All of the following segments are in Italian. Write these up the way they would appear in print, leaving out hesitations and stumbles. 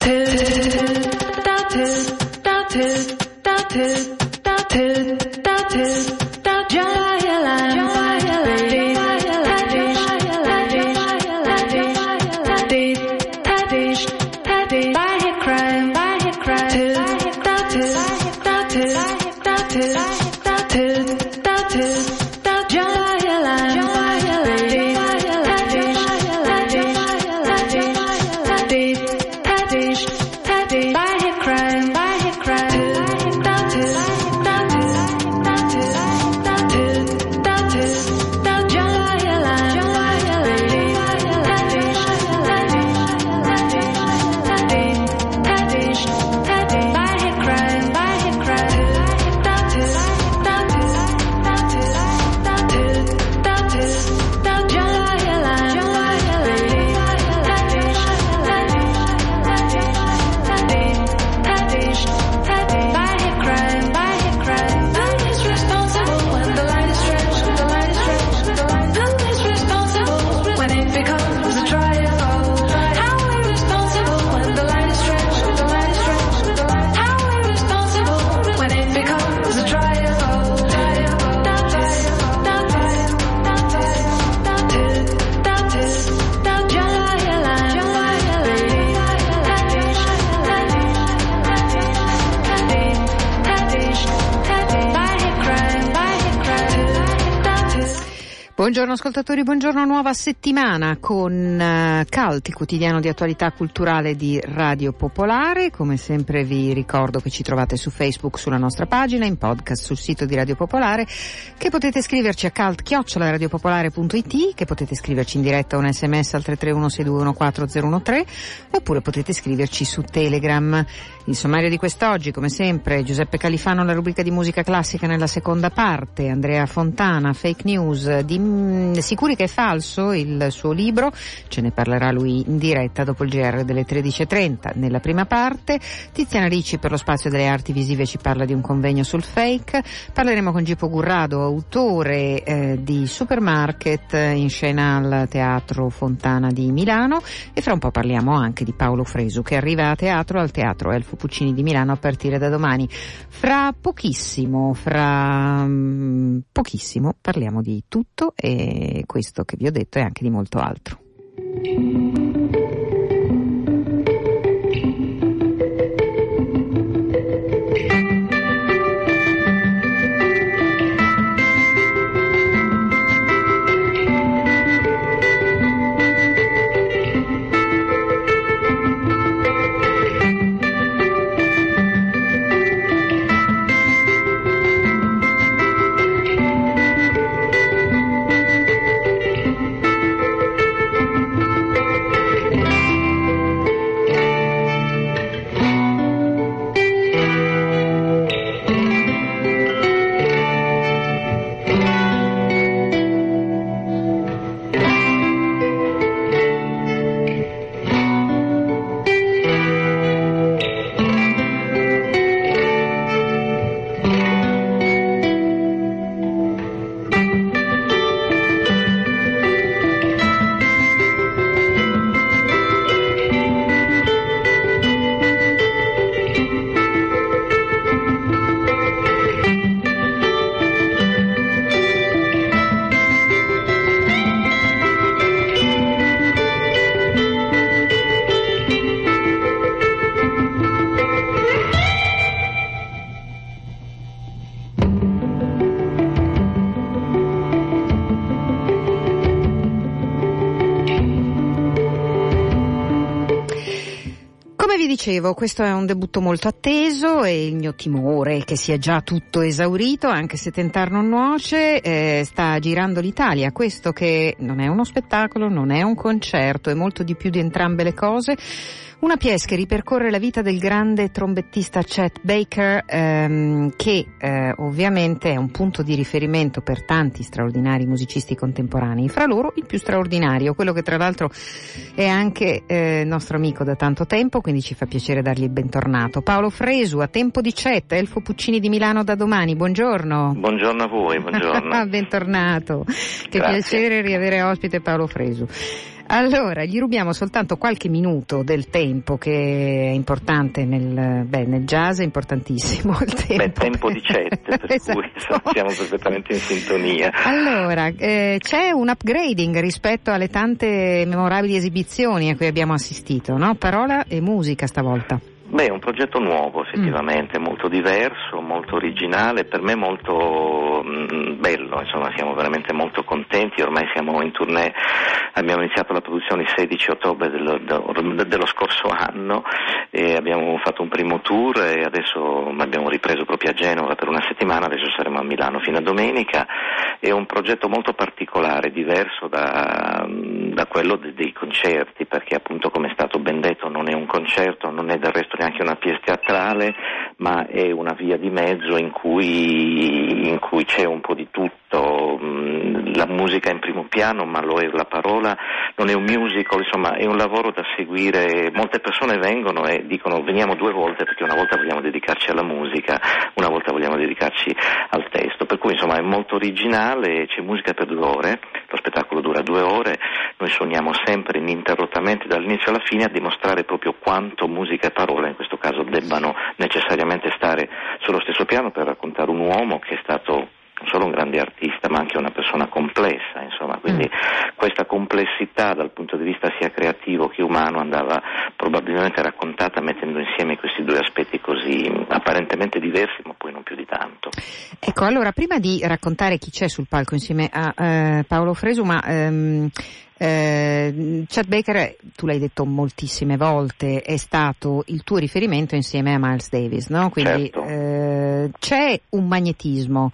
Buongiorno ascoltatori, buongiorno, nuova settimana con Cult, il quotidiano di attualità culturale di Radio Popolare. Come sempre vi ricordo che ci trovate su Facebook, sulla nostra pagina, in podcast sul sito di Radio Popolare, che potete scriverci a cult@radiopopolare.it, che potete scriverci in diretta un sms al 331-621-4013, oppure potete scriverci su Telegram. Il sommario di quest'oggi, come sempre, Giuseppe Califano, la rubrica di musica classica nella seconda parte, Andrea Fontana, fake news, sicuri che è falso il suo libro, ce ne parlerà lui in diretta dopo il GR delle 13.30. Nella prima parte Tiziana Ricci per lo spazio delle arti visive ci parla di un convegno sul fake, parleremo con Gipo Gurrado, autore di Supermarket, in scena al Teatro Fontana di Milano, e fra un po' parliamo anche di Paolo Fresu, che arriva a teatro al Teatro Elfo Puccini di Milano a partire da domani. Fra pochissimo parliamo di tutto, e questo che vi ho detto e anche di molto altro. Dicevo, questo è un debutto molto atteso e il mio timore è che sia già tutto esaurito, anche se tentar non nuoce. Sta girando l'Italia, questo che non è uno spettacolo, non è un concerto, è molto di più di entrambe le cose. Una pièce che ripercorre la vita del grande trombettista Chet Baker, che ovviamente è un punto di riferimento per tanti straordinari musicisti contemporanei, fra loro il più straordinario, quello che tra l'altro è anche nostro amico da tanto tempo, quindi ci fa piacere dargli il bentornato. Paolo Fresu, a tempo di Chet, Elfo Puccini di Milano da domani, buongiorno. Buongiorno a voi, buongiorno. Bentornato, che Grazie. Piacere riavere ospite Paolo Fresu. Allora, gli rubiamo soltanto qualche minuto del tempo, che è importante nel jazz, è importantissimo il tempo. Tempo di chat, per esatto. cui siamo perfettamente in sintonia. Allora, c'è un upgrading rispetto alle tante memorabili esibizioni a cui abbiamo assistito, no? Parola e musica stavolta. Beh, è un progetto nuovo effettivamente, molto diverso, molto originale, per me molto bello, insomma siamo veramente molto contenti, ormai siamo in tournée, abbiamo iniziato la produzione il 16 ottobre dello scorso anno e abbiamo fatto un primo tour e adesso abbiamo ripreso proprio a Genova per una settimana, adesso saremo a Milano fino a domenica. È un progetto molto particolare, diverso da quello dei concerti, perché appunto, come è stato ben detto, non è un concerto, non è del resto neanche una pièce teatrale, ma è una via di mezzo in cui c'è un po' di tutto. La musica è in primo piano, ma lo è la parola, non è un musical, insomma è un lavoro da seguire. Molte persone vengono e dicono veniamo 2 volte, perché una volta vogliamo dedicarci alla musica, una volta vogliamo dedicarci al testo, per cui insomma è molto originale, c'è musica per 2 ore, lo spettacolo dura 2 ore, noi suoniamo sempre ininterrottamente dall'inizio alla fine, a dimostrare proprio quanto musica e parola in questo caso debbano necessariamente stare sullo stesso piano per raccontare un uomo che è stato non solo un grande artista ma anche una persona complessa, insomma, quindi questa complessità dal punto di vista sia creativo che umano andava probabilmente raccontata mettendo insieme questi 2 aspetti così apparentemente diversi ma poi non più di tanto. Ecco, allora prima di raccontare chi c'è sul palco insieme a Paolo Fresuma, Chet Baker, tu l'hai detto moltissime volte, è stato il tuo riferimento insieme a Miles Davis, no? Quindi certo. C'è un magnetismo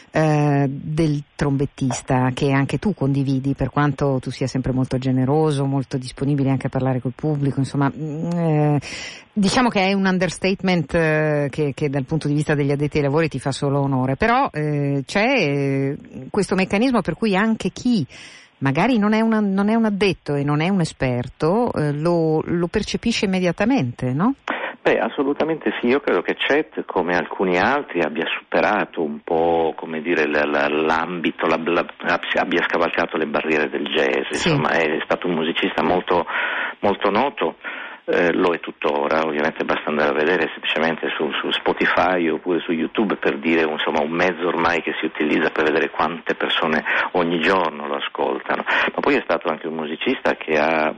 del trombettista che anche tu condividi, per quanto tu sia sempre molto generoso, molto disponibile anche a parlare col pubblico, insomma diciamo che è un understatement che dal punto di vista degli addetti ai lavori ti fa solo onore, però c'è questo meccanismo per cui anche chi magari non è un addetto e non è un esperto lo percepisce immediatamente, no? Beh, assolutamente sì, io credo che Chet, come alcuni altri, abbia superato un po', come dire, l'ambito, abbia scavalcato le barriere del jazz, insomma, è stato un musicista molto, molto noto. Lo è tuttora, ovviamente basta andare a vedere semplicemente su Spotify oppure su YouTube per dire, insomma, un mezzo ormai che si utilizza per vedere quante persone ogni giorno lo ascoltano, ma poi è stato anche un musicista che ha,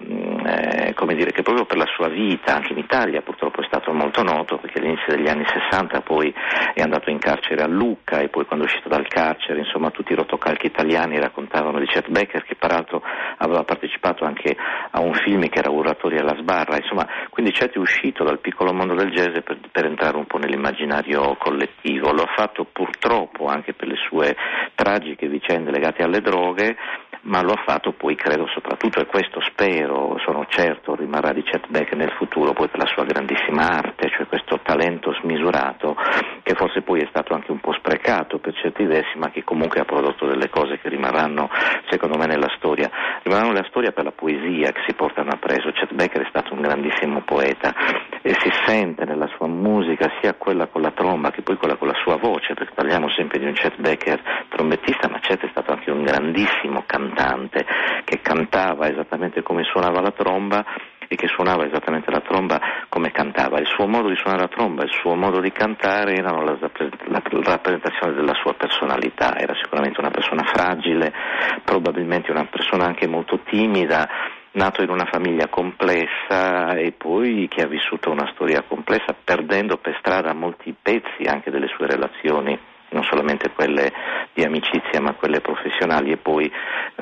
come dire, che proprio per la sua vita, anche in Italia purtroppo è stato molto noto, perché all'inizio degli anni 60 poi è andato in carcere a Lucca e poi quando è uscito dal carcere, insomma, tutti i rotocalchi italiani raccontavano di Chet Baker, che peraltro aveva partecipato anche a un film che era Oratorio alla sbarra, insomma, quindi Chet è uscito dal piccolo mondo del jazz per entrare un po' nell'immaginario collettivo. Lo ha fatto purtroppo anche per le sue tragiche vicende legate alle droghe, ma lo ha fatto poi, credo, soprattutto, e questo spero, sono certo, rimarrà di Chet Baker nel futuro, poi per la sua grandissima arte, cioè questo talento smisurato che forse poi è stato anche un po' sprecato per certi versi, ma che comunque ha prodotto delle cose che rimarranno, secondo me, nella storia. Rimarranno nella storia per la poesia che si portano appresso. Chet Baker è stato un grandissimo poeta e si sente nella sua musica, sia quella con la tromba che poi quella con la sua voce, perché parliamo sempre di un Chet Baker trombettista, ma Chet è stato anche un grandissimo cantante che cantava esattamente come suonava la tromba e che suonava esattamente la tromba come cantava. Il suo modo di suonare la tromba, il suo modo di cantare erano la rappresentazione della sua personalità. Era sicuramente una persona fragile, probabilmente una persona anche molto timida, nato in una famiglia complessa e poi che ha vissuto una storia complessa, perdendo per strada molti pezzi anche delle sue relazioni, non solamente quelle di amicizia ma quelle professionali, e poi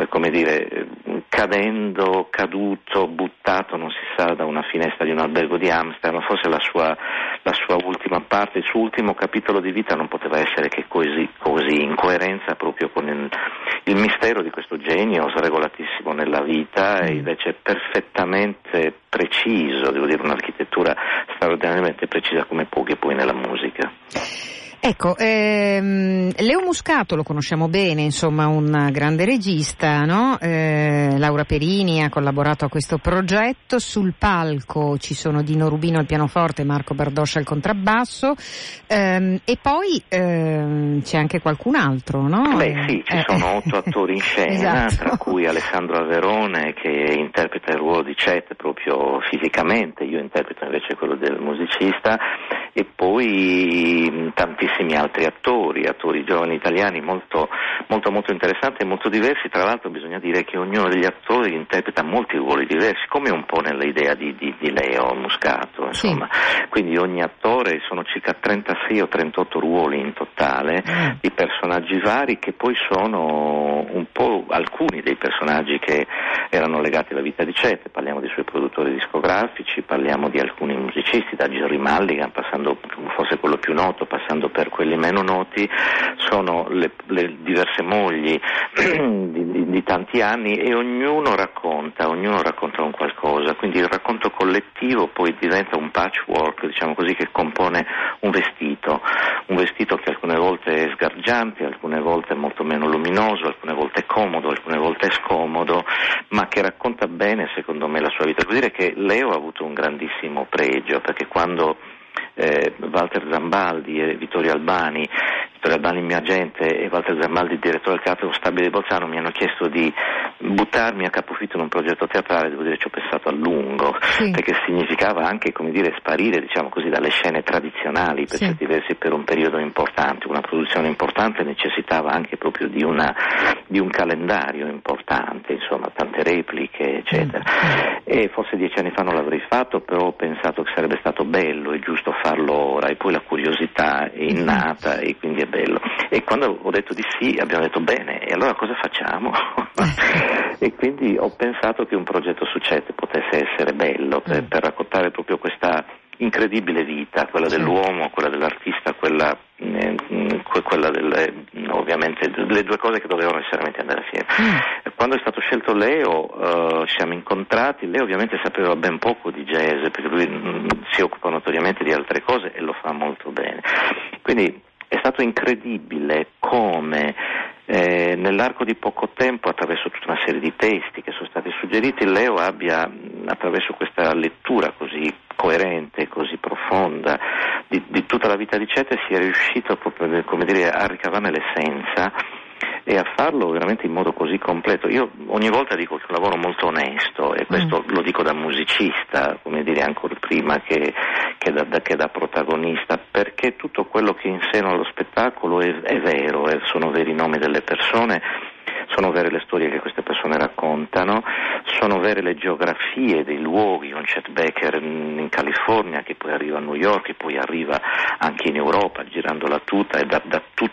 caduto, buttato, non si sa, da una finestra di un albergo di Amsterdam. Forse la sua ultima parte, il suo ultimo capitolo di vita non poteva essere che così in coerenza proprio con il mistero di questo genio sregolatissimo nella vita e invece perfettamente preciso, devo dire, un'architettura straordinariamente precisa come poche poi nella musica. Ecco, Leo Muscato lo conosciamo bene, insomma un grande regista, no? Laura Perini ha collaborato a questo progetto. Sul palco ci sono Dino Rubino al pianoforte e Marco Bardoscia al contrabbasso, e poi c'è anche qualcun altro, no? Beh sì, ci sono 8 attori in scena, esatto. Tra cui Alessandro Averone che interpreta il ruolo di Chet proprio fisicamente, io interpreto invece quello del musicista, e poi tantissimi altri attori giovani italiani molto interessanti e molto diversi. Tra l'altro bisogna dire che ognuno degli attori interpreta molti ruoli diversi, come un po' nell'idea di Leo Muscato, insomma. Sì. Quindi ogni attore, sono circa 36 o 38 ruoli in totale di personaggi vari, che poi sono un po' alcuni dei personaggi che erano legati alla vita di Chet. Parliamo dei suoi produttori discografici, parliamo di alcuni musicisti, da Jerry Mulligan, passando, forse quello più noto, passando per quelli meno noti, sono le diverse mogli di tanti anni, e ognuno racconta un qualcosa, quindi il racconto collettivo poi diventa un patchwork, diciamo così, che compone un vestito che alcune volte è sgargiante, alcune volte è molto meno luminoso, alcune volte è comodo, alcune volte è scomodo, ma che racconta bene, secondo me, la sua vita. Devo dire che Leo ha avuto un grandissimo pregio, perché quando Walter Zambaldi e Vittorio Albani, mio agente, e Walter Zambaldi, direttore del Teatro Stabile di Bolzano, mi hanno chiesto di buttarmi a capofitto in un progetto teatrale. Devo dire, ci ho pensato a lungo, sì, perché significava anche, come dire, sparire, diciamo così, dalle scene tradizionali per certi versi per un periodo importante. Una produzione importante necessitava anche proprio di un calendario importante, insomma, tante repliche, eccetera. E forse 10 anni fa non l'avrei fatto, però ho pensato che sarebbe stato bello e giusto farlo ora, e poi la curiosità è innata e quindi è bello. E quando ho detto di sì, abbiamo detto bene, e allora cosa facciamo? E quindi ho pensato che un progetto su Chet potesse essere bello per raccontare proprio questa incredibile vita, quella dell'uomo, quella dell'artista, quella ovviamente le due cose che dovevano necessariamente andare assieme. Quando è stato scelto Leo, ci siamo incontrati. Leo ovviamente sapeva ben poco di jazz, perché lui si occupa notoriamente di altre cose e lo fa molto bene. Quindi è stato incredibile come nell'arco di poco tempo, attraverso tutta una serie di testi che sono stati suggeriti, Leo abbia, attraverso questa lettura così coerente, così profonda di tutta la vita di Chet, sia riuscito proprio, come dire, a ricavarne l'essenza e a farlo veramente in modo così completo. Io ogni volta dico che è un lavoro molto onesto, e questo lo dico da musicista, come dire, ancora prima che da protagonista, perché tutto quello che inseno allo spettacolo è vero, sono veri i nomi delle persone, sono vere le storie che queste persone raccontano, sono vere le geografie dei luoghi, con Chet Baker in California, che poi arriva a New York, che poi arriva anche in Europa, girandola tutta, e da tutti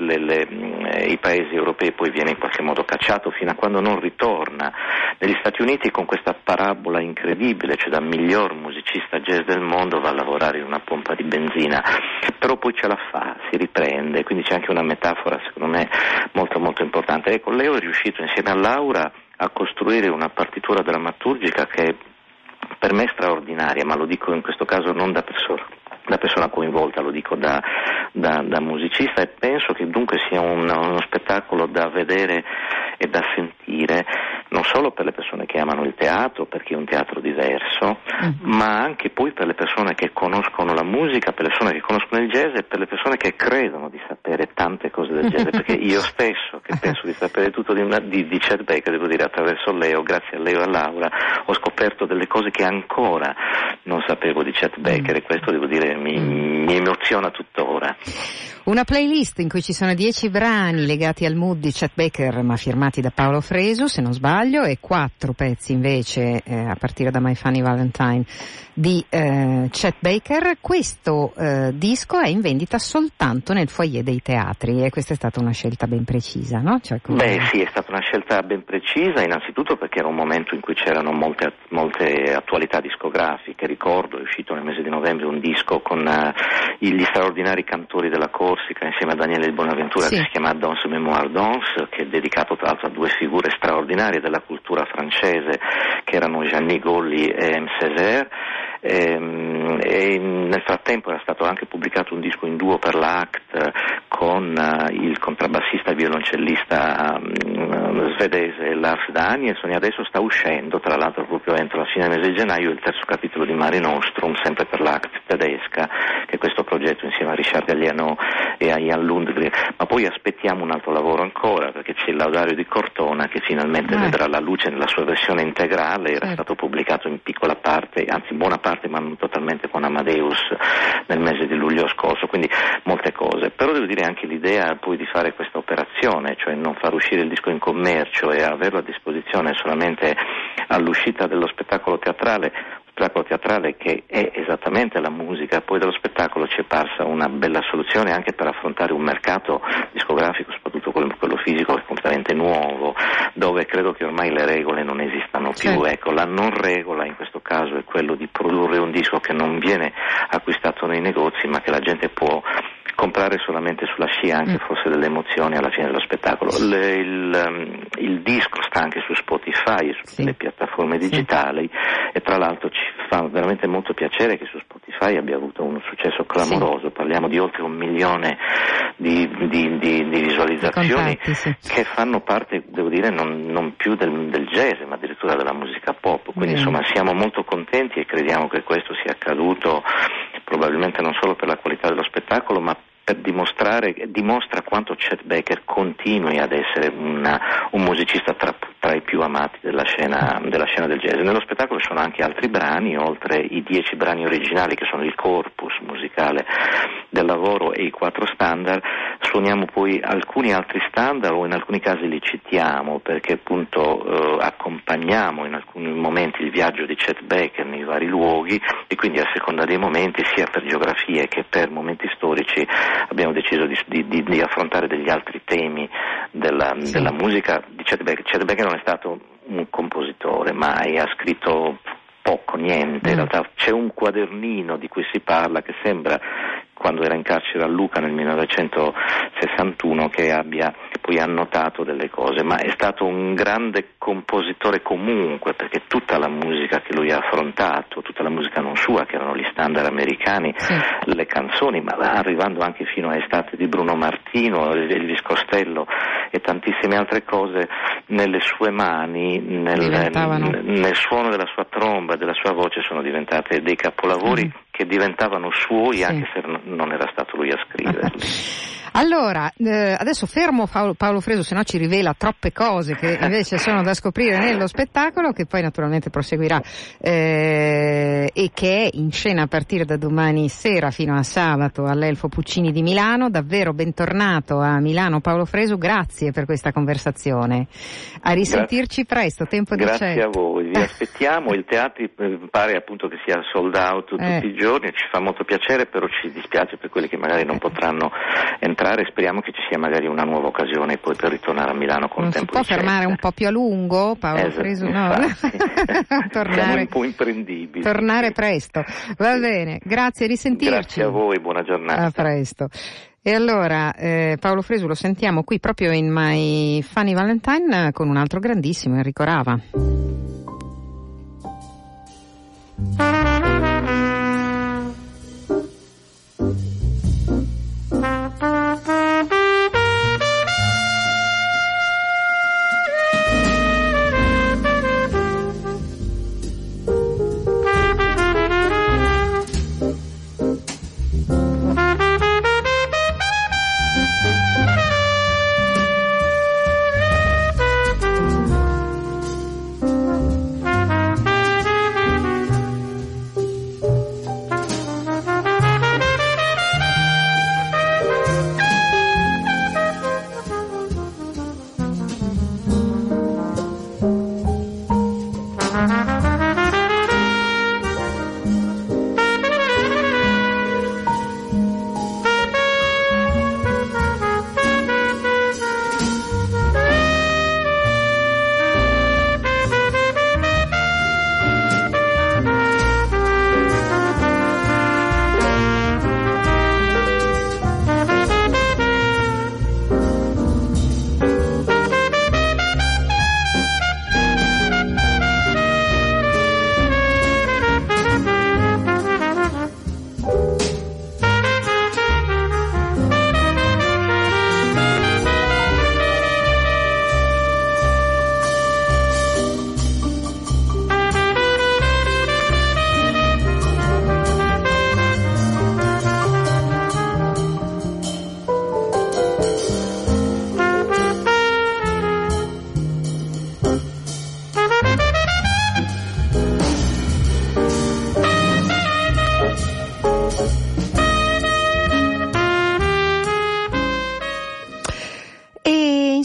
i paesi europei poi viene in qualche modo cacciato, fino a quando non ritorna negli Stati Uniti con questa parabola incredibile, cioè da miglior musicista jazz del mondo va a lavorare in una pompa di benzina, però poi ce la fa, si riprende, quindi c'è anche una metafora secondo me molto molto importante. Ecco, Leo è riuscito insieme a Laura a costruire una partitura drammaturgica che è per me straordinaria, ma lo dico in questo caso non da persona coinvolta, lo dico da musicista, e penso che dunque sia uno spettacolo da vedere e da sentire, non solo per le persone che amano il teatro, perché è un teatro diverso, ma anche poi per le persone che conoscono la musica, per le persone che conoscono il jazz, e per le persone che credono di sapere tante cose del jazz, perché io stesso, che penso di sapere tutto di Chet Baker, devo dire, attraverso Leo, grazie a Leo e a Laura, ho scoperto delle cose che ancora non sapevo di Chet Baker, e questo, devo dire, mi emoziona tuttora. Una playlist in cui ci sono 10 brani legati al mood di Chet Baker, ma firmati da Paolo Fresu, se non sbaglio, e 4 pezzi invece, a partire da My Funny Valentine, di Chet Baker. Questo disco è in vendita soltanto nel foyer dei teatri, e questa è stata una scelta ben precisa, no? Cioè, Beh sì, è stata una scelta ben precisa, innanzitutto perché era un momento in cui c'erano molte attualità discografiche. Ricordo, è uscito nel mese di novembre un disco con gli straordinari cantori della Corsica insieme a Daniele di Bonaventura, che si chiama Danse Mémoire Danse, che è dedicato tra l'altro a 2 figure straordinarie della cultura francese, che erano Gianni Golli e M. Césaire. e nel frattempo era stato anche pubblicato un disco in duo per l'ACT con il contrabbassista e violoncellista svedese Lars Danielsson, e adesso sta uscendo, tra l'altro proprio entro la fine del mese di gennaio, il terzo capitolo di Mare Nostrum, sempre per l'ACT tedesca, che è questo progetto insieme a Richard Galliano e a Jan Lundgren. Ma poi aspettiamo un altro lavoro ancora, perché c'è il Laudario di Cortona che finalmente vedrà la luce nella sua versione integrale. Era stato pubblicato in piccola parte, anzi buona parte, ma non totalmente, con Amadeus nel mese di luglio scorso, quindi molte cose. Però devo dire anche l'idea poi di fare questa operazione, cioè non far uscire il disco in commercio e averlo a disposizione solamente all'uscita dello spettacolo teatrale che è esattamente la musica. Poi dello spettacolo ci è parsa una bella soluzione anche per affrontare un mercato discografico, soprattutto quello fisico, che è completamente nuovo, dove credo che ormai le regole non esistano più. Ecco, la non regola in questo caso è quello di produrre un disco che non viene acquistato nei negozi, ma che la gente può comprare solamente sulla scia anche forse delle emozioni alla fine dello spettacolo. Il disco sta anche su Spotify e su le piattaforme digitali, e tra l'altro ci fa veramente molto piacere che su Spotify abbia avuto un successo clamoroso. Parliamo di oltre 1 milione di visualizzazioni che fanno parte, devo dire, non più del jazz, ma addirittura della musica pop. Quindi insomma siamo molto contenti e crediamo che questo sia accaduto probabilmente non solo per la qualità dello spettacolo, ma per dimostra quanto Chet Baker continui ad essere un musicista tra i più amati della scena del jazz. Nello spettacolo ci sono anche altri brani, oltre i 10 brani originali che sono il corpus musicale del lavoro e i 4 standard. Suoniamo poi alcuni altri standard, o in alcuni casi li citiamo, perché appunto accompagniamo in alcuni momenti il viaggio di Chet Baker nei vari luoghi, e quindi a seconda dei momenti, sia per geografie che per momenti storici, abbiamo deciso di affrontare degli altri temi della musica di Chet Baker. Chet Baker non è stato un compositore mai, ha scritto poco, niente. In realtà c'è un quadernino di cui si parla che sembra, quando era in carcere a Lucca nel 1961, che abbia poi annotato delle cose, ma è stato un grande compositore comunque, perché tutta la musica che lui ha affrontato, tutta la musica non sua, che erano gli standard americani, le canzoni, ma arrivando anche fino a Estate di Bruno Martino, Elvis Costello e tantissime altre cose, nelle sue mani, nel suono della sua tromba, della sua voce, sono diventate dei capolavori che diventavano suoi, anche se non era stato lui a scriverli. Allora, adesso fermo Paolo Fresu, se no ci rivela troppe cose che invece sono da scoprire nello spettacolo, che poi naturalmente proseguirà e che è in scena a partire da domani sera fino a sabato all'Elfo Puccini di Milano. Davvero bentornato a Milano Paolo Fresu, grazie per questa conversazione. A risentirci presto, tempo di Grazie Chet. a voi, vi aspettiamo. Il teatro pare appunto che sia sold out tutti i giorni, ci fa molto piacere, però ci dispiace per quelli che magari non potranno entrare. Speriamo che ci sia magari una nuova occasione poi per ritornare a Milano con non tempo. Si può fermare un po' più a lungo, Paolo Fresu? No. Siamo un po' imprendibili. Tornare presto. Va bene, grazie, risentirci. Grazie a voi, buona giornata. A presto. E allora Paolo Fresu lo sentiamo qui proprio in My Funny Valentine con un altro grandissimo, Enrico Rava.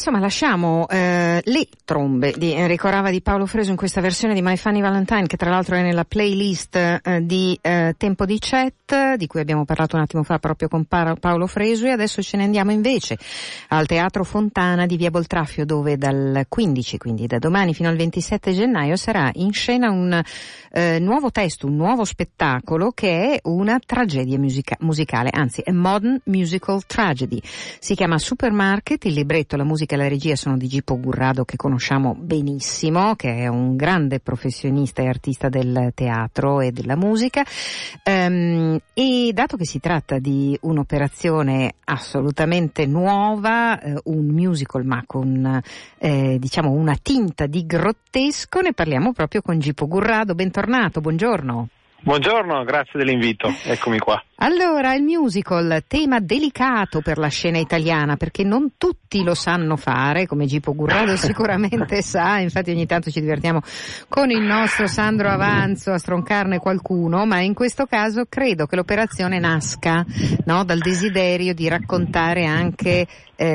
insomma lasciamo le trombe di Enrico Rava di Paolo Fresu in questa versione di My Funny Valentine, che tra l'altro è nella playlist di Tempo di Chat, di cui abbiamo parlato un attimo fa proprio con Paolo Fresu, e adesso ce ne andiamo invece al Teatro Fontana di Via Boltraffio, dove dal 15, quindi da domani fino al 27 gennaio, sarà in scena un nuovo testo, un nuovo spettacolo che è una tragedia musicale, anzi è Modern Musical Tragedy. Si chiama Supermarket, il libretto, la musica e la regia sono di Gipo Gurrado, che conosciamo benissimo, che è un grande professionista e artista del teatro e della musica, e dato che si tratta di un'operazione assolutamente nuova, un musical ma con diciamo una tinta di grottesco, ne parliamo proprio con Gipo Gurrado. Bentornato, buongiorno. Buongiorno, grazie dell'invito, eccomi qua. Allora, il musical, tema delicato per la scena italiana, perché non tutti lo sanno fare, come Gipo Gurrado sicuramente sa, infatti ogni tanto ci divertiamo con il nostro Sandro Avanzo a stroncarne qualcuno, ma in questo caso credo che l'operazione nasca, no, dal desiderio di raccontare anche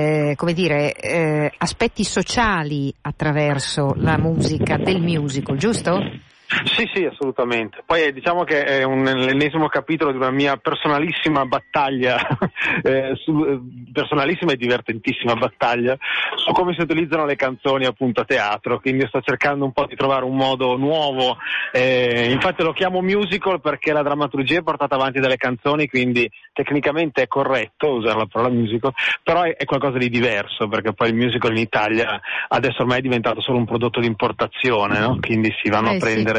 aspetti sociali attraverso la musica del musical, giusto? Sì, assolutamente. Poi diciamo che è l'ennesimo capitolo di una mia personalissima battaglia, personalissima e divertentissima battaglia su come si utilizzano le canzoni appunto a teatro, quindi sto cercando un po' di trovare un modo nuovo, infatti lo chiamo musical perché la drammaturgia è portata avanti dalle canzoni, quindi tecnicamente è corretto usare la parola musical, però è qualcosa di diverso, perché poi il musical in Italia adesso ormai è diventato solo un prodotto di importazione, no? Quindi si vanno a prendere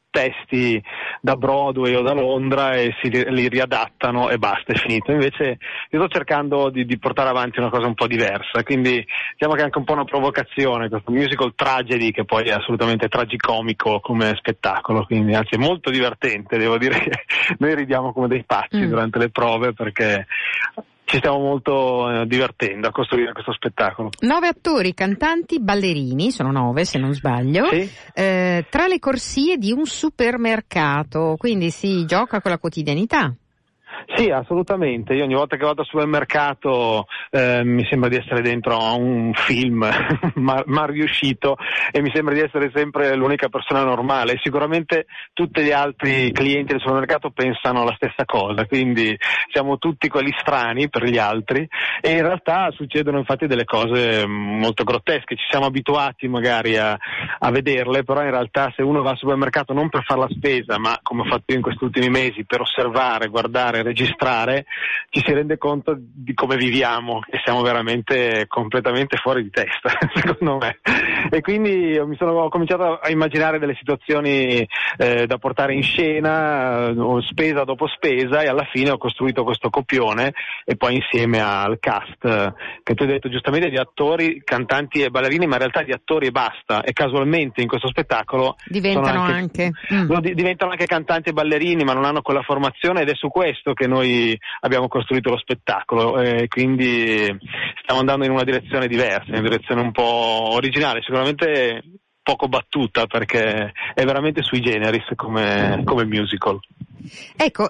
testi da Broadway o da Londra e li riadattano e basta, è finito. Invece io sto cercando di portare avanti una cosa un po' diversa, quindi diciamo che è anche un po' una provocazione questo musical tragedy, che poi è assolutamente tragicomico come spettacolo, quindi anzi è molto divertente. Devo dire che noi ridiamo come dei pazzi durante le prove, perché ci stiamo molto divertendo a costruire questo spettacolo. 9 attori, cantanti, ballerini, sono 9 se non sbaglio, sì. Tra le corsie di un supermercato, quindi si gioca con la quotidianità. Sì, assolutamente. Io ogni volta che vado al supermercato mi sembra di essere dentro a un film mal riuscito, e mi sembra di essere sempre l'unica persona normale. Sicuramente tutti gli altri clienti del supermercato pensano la stessa cosa, quindi siamo tutti quelli strani per gli altri, e in realtà succedono infatti delle cose molto grottesche. Ci siamo abituati magari a vederle, però in realtà se uno va al supermercato non per fare la spesa, ma come ho fatto io in questi ultimi mesi, per osservare, guardare, registrare, ci si rende conto di come viviamo, e siamo veramente completamente fuori di testa, secondo me. E quindi ho cominciato a immaginare delle situazioni da portare in scena, spesa dopo spesa, e alla fine ho costruito questo copione, e poi insieme al cast, che tu hai detto giustamente, di attori, cantanti e ballerini, ma in realtà di attori e basta, e casualmente in questo spettacolo diventano diventano anche cantanti e ballerini, ma non hanno quella formazione, ed è su questo che noi abbiamo costruito lo spettacolo, quindi stiamo andando in una direzione diversa, in una direzione un po' originale, sicuramente poco battuta, perché è veramente sui generis come musical. Ecco,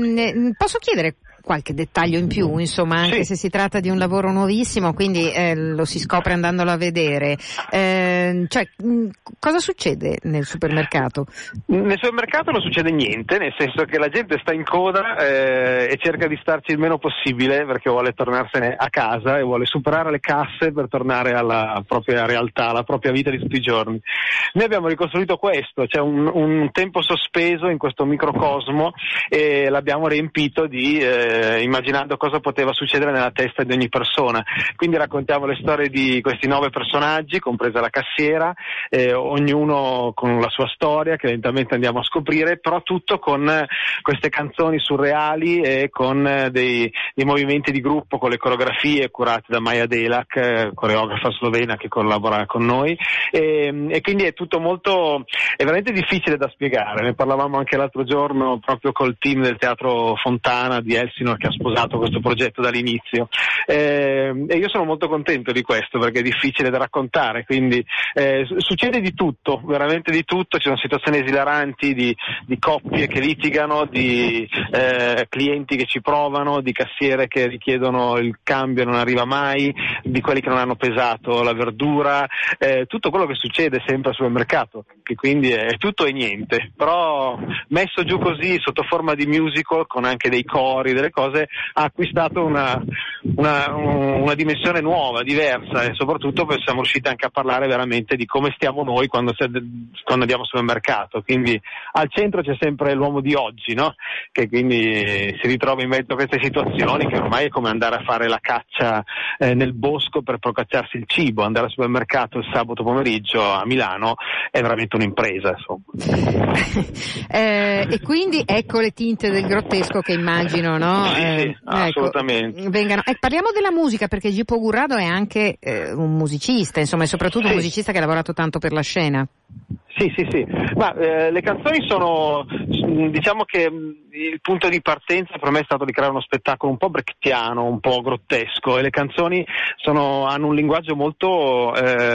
posso chiedere qualche dettaglio in più, insomma, anche se si tratta di un lavoro nuovissimo, quindi lo si scopre andandolo a vedere. Cosa succede nel supermercato? Nel supermercato non succede niente, nel senso che la gente sta in coda e cerca di starci il meno possibile, perché vuole tornarsene a casa e vuole superare le casse per tornare alla propria realtà, alla propria vita di tutti i giorni. Noi abbiamo ricostruito questo, c'è un tempo sospeso in questo microcosmo, e l'abbiamo riempito di immaginando cosa poteva succedere nella testa di ogni persona. Quindi raccontiamo le storie di questi 9 personaggi, compresa la cassiera, ognuno con la sua storia che lentamente andiamo a scoprire, però tutto con queste canzoni surreali e con dei movimenti di gruppo, con le coreografie curate da Maja Delak, coreografa slovena che collabora con noi, e quindi è tutto è veramente difficile da spiegare. Ne parlavamo anche l'altro giorno proprio col team del Teatro Fontana di Helsinki, Massino, che ha sposato questo progetto dall'inizio, e io sono molto contento di questo perché è difficile da raccontare, quindi succede di tutto, veramente di tutto, ci sono situazioni esilaranti di coppie che litigano, di clienti che ci provano, di cassiere che richiedono il cambio e non arriva mai, di quelli che non hanno pesato la verdura, tutto quello che succede sempre al supermercato, che quindi è tutto e niente, però messo giù così sotto forma di musical con anche dei cori, delle cose, ha acquistato una dimensione nuova, diversa, e soprattutto siamo riusciti anche a parlare veramente di come stiamo noi quando andiamo al supermercato, quindi al centro c'è sempre l'uomo di oggi, no? Che quindi si ritrova in mezzo a queste situazioni che ormai è come andare a fare la caccia nel bosco per procacciarsi il cibo, andare al supermercato il sabato pomeriggio a Milano è veramente un'impresa, insomma. E quindi ecco le tinte del grottesco che immagino, no? Sì, assolutamente. Vengano. Parliamo della musica, perché Gipo Gurrado è anche un musicista, insomma, e soprattutto un musicista che ha lavorato tanto per la scena. Sì, ma le canzoni sono, diciamo che il punto di partenza per me è stato di creare uno spettacolo un po' brechtiano, un po' grottesco, e le canzoni hanno un linguaggio molto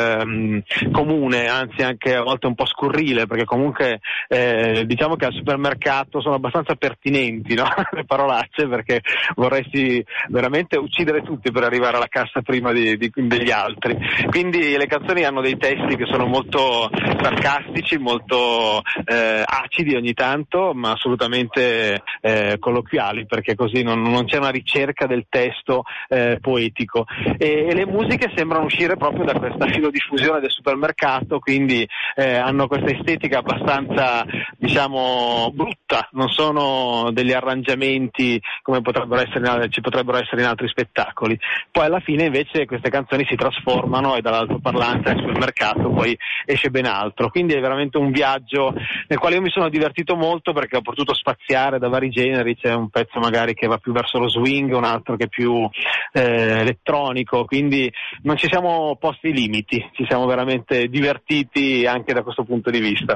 comune, anzi anche a volte un po' scurrile, perché comunque diciamo che al supermercato sono abbastanza pertinenti, no? Le parolacce, perché vorresti veramente uccidere tutti per arrivare alla cassa prima degli altri, quindi le canzoni hanno dei testi che sono molto sarcastici, molto acidi ogni tanto, ma assolutamente colloquiali, perché così non c'è una ricerca del testo poetico, e le musiche sembrano uscire proprio da questa filodiffusione del supermercato, quindi hanno questa estetica abbastanza, diciamo, brutta, non sono degli arrangiamenti come ci potrebbero essere in altri spettacoli. Poi alla fine invece queste canzoni si trasformano e dall'altoparlante al supermercato poi esce ben altro, quindi è veramente un viaggio nel quale io mi sono divertito molto, perché ho potuto spaziare da vari generi, c'è un pezzo magari che va più verso lo swing, un altro che è più elettronico, quindi non ci siamo posti limiti, ci siamo veramente divertiti anche da questo punto di vista.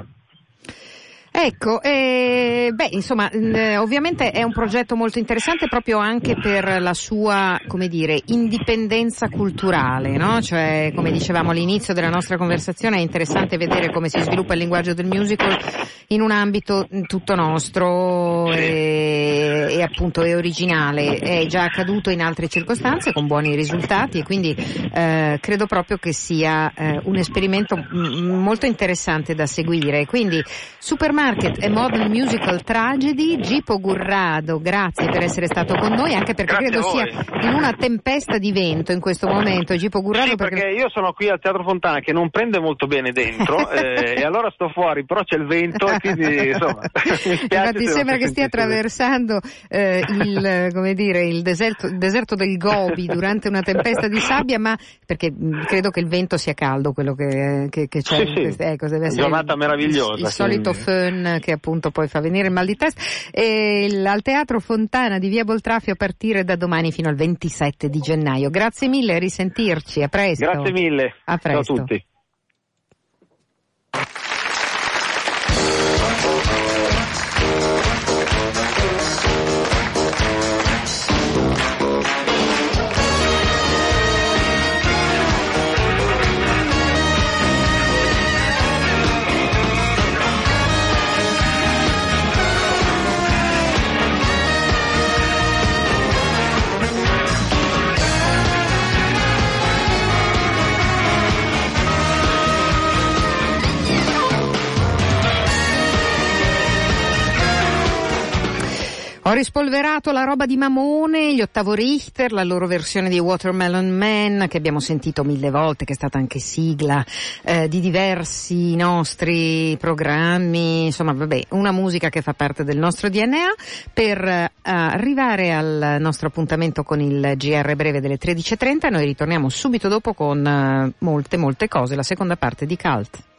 Ecco, insomma, ovviamente è un progetto molto interessante proprio anche per la sua, come dire, indipendenza culturale, no? Cioè, come dicevamo all'inizio della nostra conversazione, è interessante vedere come si sviluppa il linguaggio del musical in un ambito tutto nostro e appunto è originale, è già accaduto in altre circostanze con buoni risultati, e quindi credo proprio che sia un esperimento molto interessante da seguire. Quindi Supermarket e Modern Musical Tragedy, Gipo Gurrado, grazie per essere stato con noi, anche perché credo sia in una tempesta di vento in questo momento. Gipo Gurrado, sì, perché io sono qui al Teatro Fontana che non prende molto bene dentro e allora sto fuori, però c'è il vento e quindi insomma infatti sembra che stia attraversando il deserto del Gobi durante una tempesta di sabbia, ma perché credo che il vento sia caldo, quello che c'è. Sì. Ecco, deve essere giornata meravigliosa, il solito fön che appunto poi fa venire il mal di testa, al Teatro Fontana di Via Boltrafio a partire da domani fino al 27 di gennaio. Grazie mille, a risentirci, a presto. Grazie mille, a presto. Ciao a tutti. Ho rispolverato la roba di Mamone, gli Ottavo Richter, la loro versione di Watermelon Man, che abbiamo sentito 1000 volte, che è stata anche sigla di diversi nostri programmi, insomma vabbè, una musica che fa parte del nostro DNA, per arrivare al nostro appuntamento con il GR breve delle 13.30. Noi ritorniamo subito dopo con molte cose, la seconda parte di Cult.